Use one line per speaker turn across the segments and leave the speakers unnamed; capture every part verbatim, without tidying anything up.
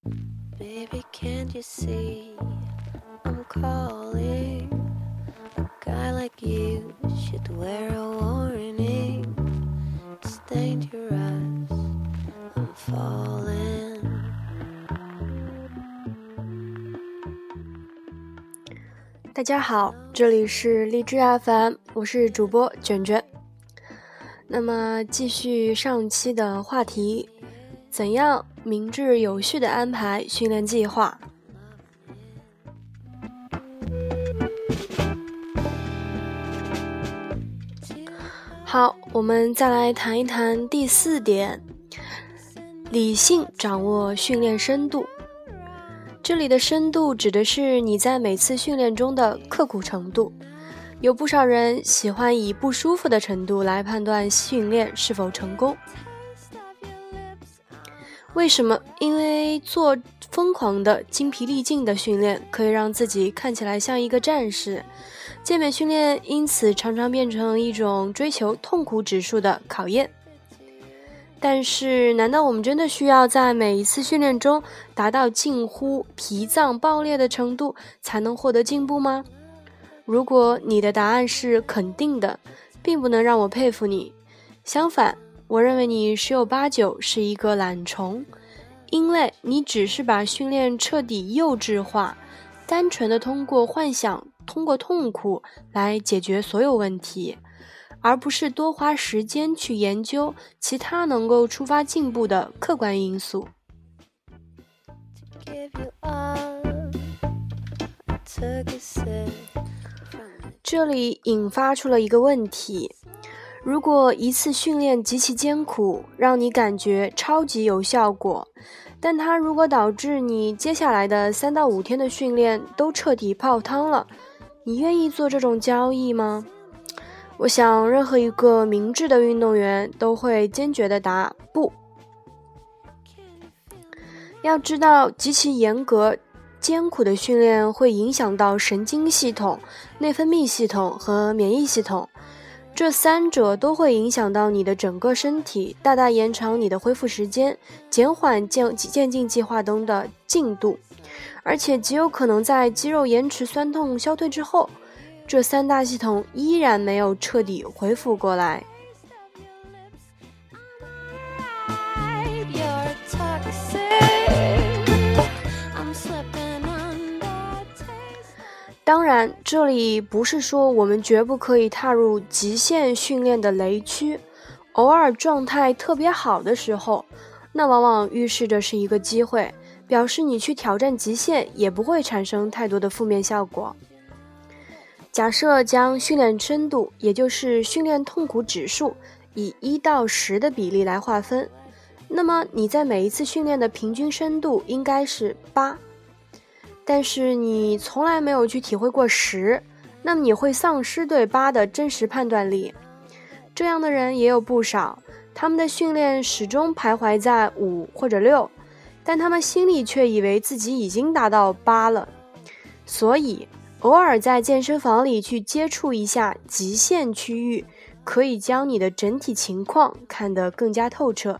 Baby, can't you see I'm calling? A guy like you should wear a warning. It's dangerous, I'm falling. 大家好，这里是荔枝 F M， 我是主播卷卷。那么继续上期的话题，怎样明智有序地安排训练计划？好，我们再来谈一谈第四点，理性掌握训练深度。这里的深度指的是你在每次训练中的刻苦程度。有不少人喜欢以不舒服的程度来判断训练是否成功。为什么？因为做疯狂的精疲力尽的训练可以让自己看起来像一个战士，健美训练因此常常变成一种追求痛苦指数的考验。但是难道我们真的需要在每一次训练中达到近乎脾脏爆裂的程度才能获得进步吗？如果你的答案是肯定的，并不能让我佩服你。相反，我认为你十有八九是一个懒虫，因为你只是把训练彻底幼稚化，单纯的通过幻想、通过痛苦来解决所有问题，而不是多花时间去研究其他能够触发进步的客观因素。这里引发出了一个问题，如果一次训练极其艰苦，让你感觉超级有效果，但它如果导致你接下来的三到五天的训练都彻底泡汤了，你愿意做这种交易吗？我想任何一个明智的运动员都会坚决地答不。要知道，极其严格艰苦的训练会影响到神经系统、内分泌系统和免疫系统，这三者都会影响到你的整个身体，大大延长你的恢复时间，减缓渐渐进计划中的进度，而且极有可能在肌肉延迟酸痛消退之后，这三大系统依然没有彻底恢复过来。当然，这里不是说我们绝不可以踏入极限训练的雷区，偶尔状态特别好的时候，那往往预示着是一个机会，表示你去挑战极限也不会产生太多的负面效果。假设将训练深度，也就是训练痛苦指数，以一到十的比例来划分，那么你在每一次训练的平均深度应该是八。但是你从来没有去体会过十，那么你会丧失对八的真实判断力。这样的人也有不少，他们的训练始终徘徊在五或者六，但他们心里却以为自己已经达到八了。所以偶尔在健身房里去接触一下极限区域，可以将你的整体情况看得更加透彻。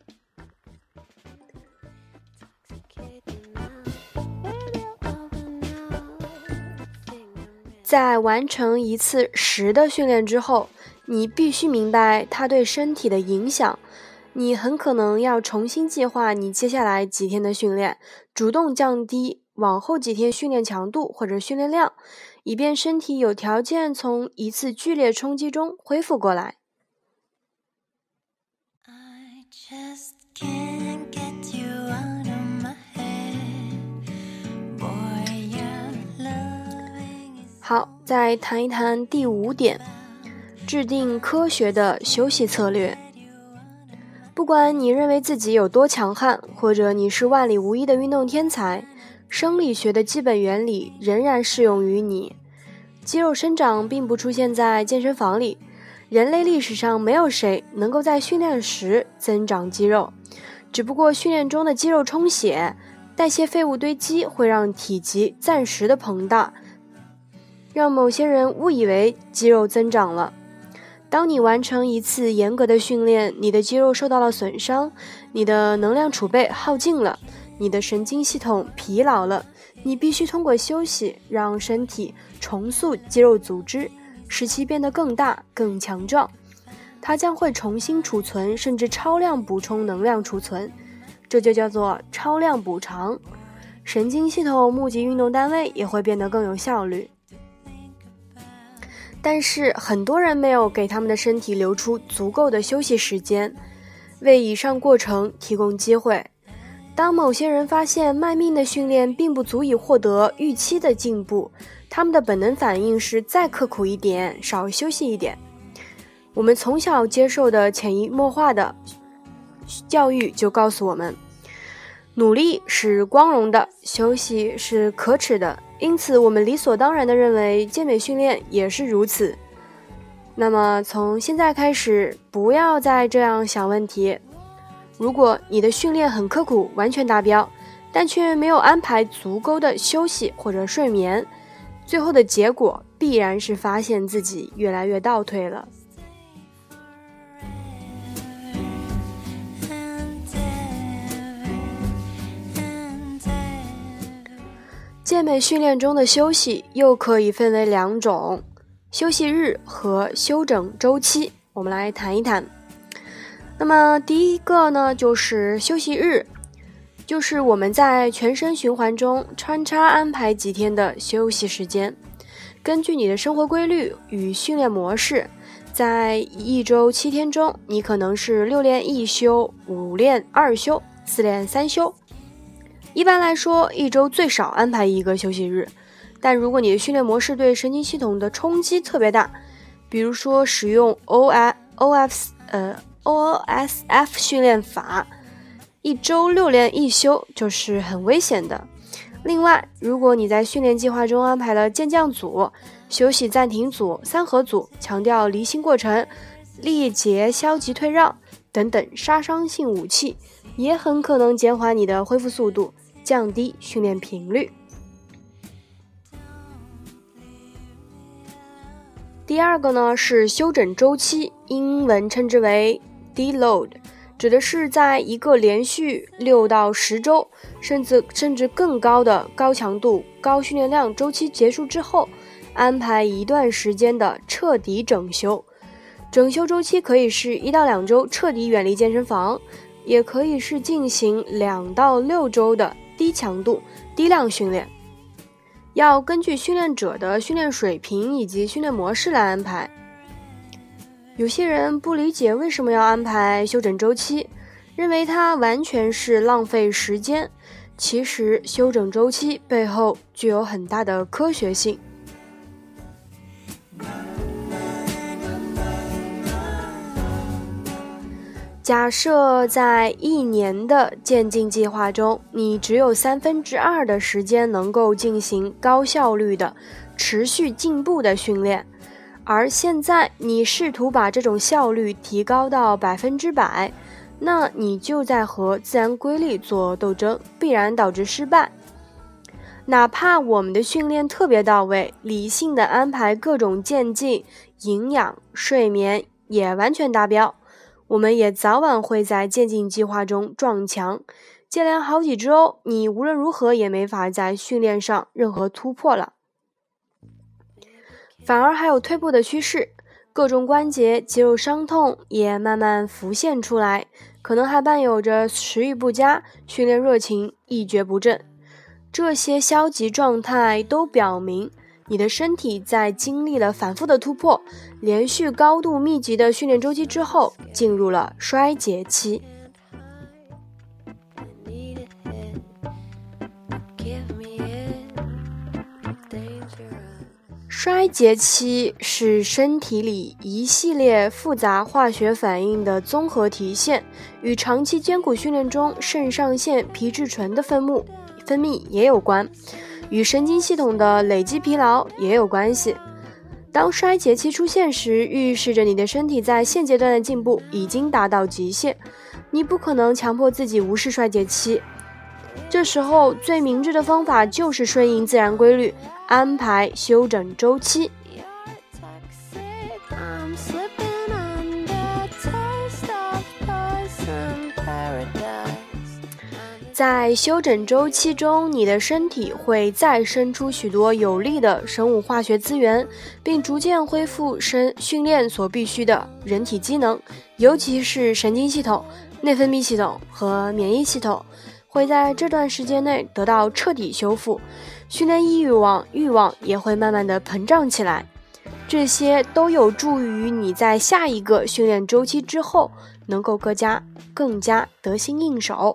在完成一次十的训练之后，你必须明白它对身体的影响，你很可能要重新计划你接下来几天的训练，主动降低往后几天训练强度或者训练量，以便身体有条件从一次剧烈冲击中恢复过来。I just can't get you out of my head. Boy, your loving is... 好，再谈一谈第五点，制定科学的休息策略。不管你认为自己有多强悍，或者你是万里无一的运动天才，生理学的基本原理仍然适用于你。肌肉生长并不出现在健身房里，人类历史上没有谁能够在训练时增长肌肉，只不过训练中的肌肉充血、代谢废物堆积会让体积暂时的膨大，让某些人误以为肌肉增长了。当你完成一次严格的训练，你的肌肉受到了损伤，你的能量储备耗尽了， 你的神经系统疲劳了，你必须通过休息让身体重塑肌肉组织，使其变得更大、更强壮。它将会重新储存，甚至超量补充能量储存，这就叫做超量补偿。神经系统募集运动单位也会变得更有效率。但是很多人没有给他们的身体留出足够的休息时间，为以上过程提供机会。当某些人发现卖命的训练并不足以获得预期的进步，他们的本能反应是再刻苦一点，少休息一点。我们从小接受的潜移默化的教育就告诉我们，努力是光荣的，休息是可耻的，因此我们理所当然地认为健美训练也是如此。那么从现在开始，不要再这样想问题。如果你的训练很刻苦，完全达标，但却没有安排足够的休息或者睡眠，最后的结果必然是发现自己越来越倒退了。健美训练中的休息又可以分为两种，休息日和休整周期，我们来谈一谈。那么第一个呢，就是休息日，就是我们在全身循环中穿插安排几天的休息时间。根据你的生活规律与训练模式，在一周七天中，你可能是六练一休、五练二休、四练三休。一般来说，一周最少安排一个休息日，但如果你的训练模式对神经系统的冲击特别大，比如说使用 O F 呃 O S F 训练法，一周六练一休就是很危险的。另外，如果你在训练计划中安排了健将组、休息暂停组、三合组，强调离心过程、力竭消极退让等等杀伤性武器，也很可能减缓你的恢复速度，降低训练频率。第二个呢是休整周期，英文称之为 deload， 指的是在一个连续六到十周，甚至甚至更高的高强度、高训练量周期结束之后，安排一段时间的彻底整休。整休周期可以是一到两周彻底远离健身房，也可以是进行两到六周的低强度、低量训练。要根据训练者的训练水平以及训练模式来安排。有些人不理解为什么要安排休整周期，认为它完全是浪费时间。其实休整周期背后具有很大的科学性。假设在一年的渐进计划中，你只有三分之二的时间能够进行高效率的持续进步的训练，而现在你试图把这种效率提高到百分之百，那你就在和自然规律做斗争，必然导致失败。哪怕我们的训练特别到位，理性的安排各种渐进、营养、睡眠也完全达标，我们也早晚会在渐进计划中撞墙。接连好几周，你无论如何也没法在训练上任何突破了，反而还有退步的趋势，各种关节、肌肉伤痛也慢慢浮现出来，可能还伴有着食欲不佳、训练热情一蹶不振。这些消极状态都表明你的身体在经历了反复的突破、连续高度密集的训练周期之后，进入了衰竭期。衰竭期是身体里一系列复杂化学反应的综合体现，与长期艰苦训练中肾上腺皮质醇的分泌分泌也有关，与神经系统的累积疲劳也有关系。当衰竭期出现时，预示着你的身体在现阶段的进步已经达到极限，你不可能强迫自己无视衰竭期。这时候最明智的方法就是顺应自然规律，安排休整周期。 在休整周期中，你的身体会再生出许多有利的生物化学资源，并逐渐恢复生训练所必需的人体机能，尤其是神经系统、内分泌系统和免疫系统会在这段时间内得到彻底修复，训练欲望欲望也会慢慢的膨胀起来，这些都有助于你在下一个训练周期之后能够更加更加得心应手。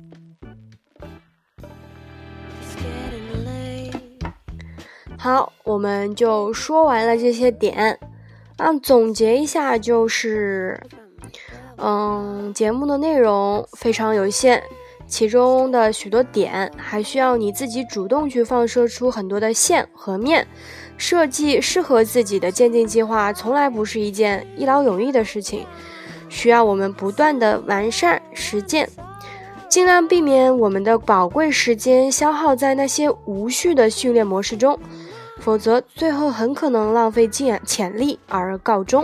好，我们就说完了这些点啊，总结一下就是嗯，节目的内容非常有限，其中的许多点还需要你自己主动去放射出很多的线和面，设计适合自己的渐进计划从来不是一件一劳永逸的事情，需要我们不断的完善实践，尽量避免我们的宝贵时间消耗在那些无序的训练模式中，否则最后很可能浪费潜力而告终。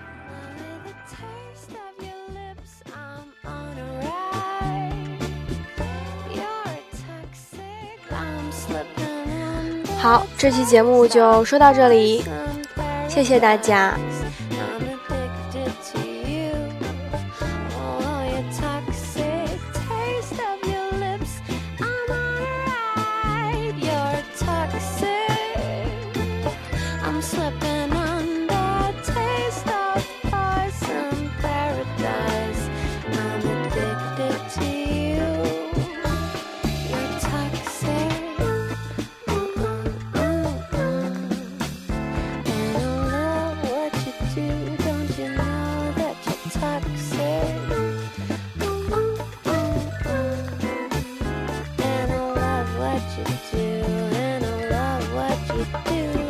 好，这期节目就说到这里，谢谢大家。
And I love what you do, and I love what you do.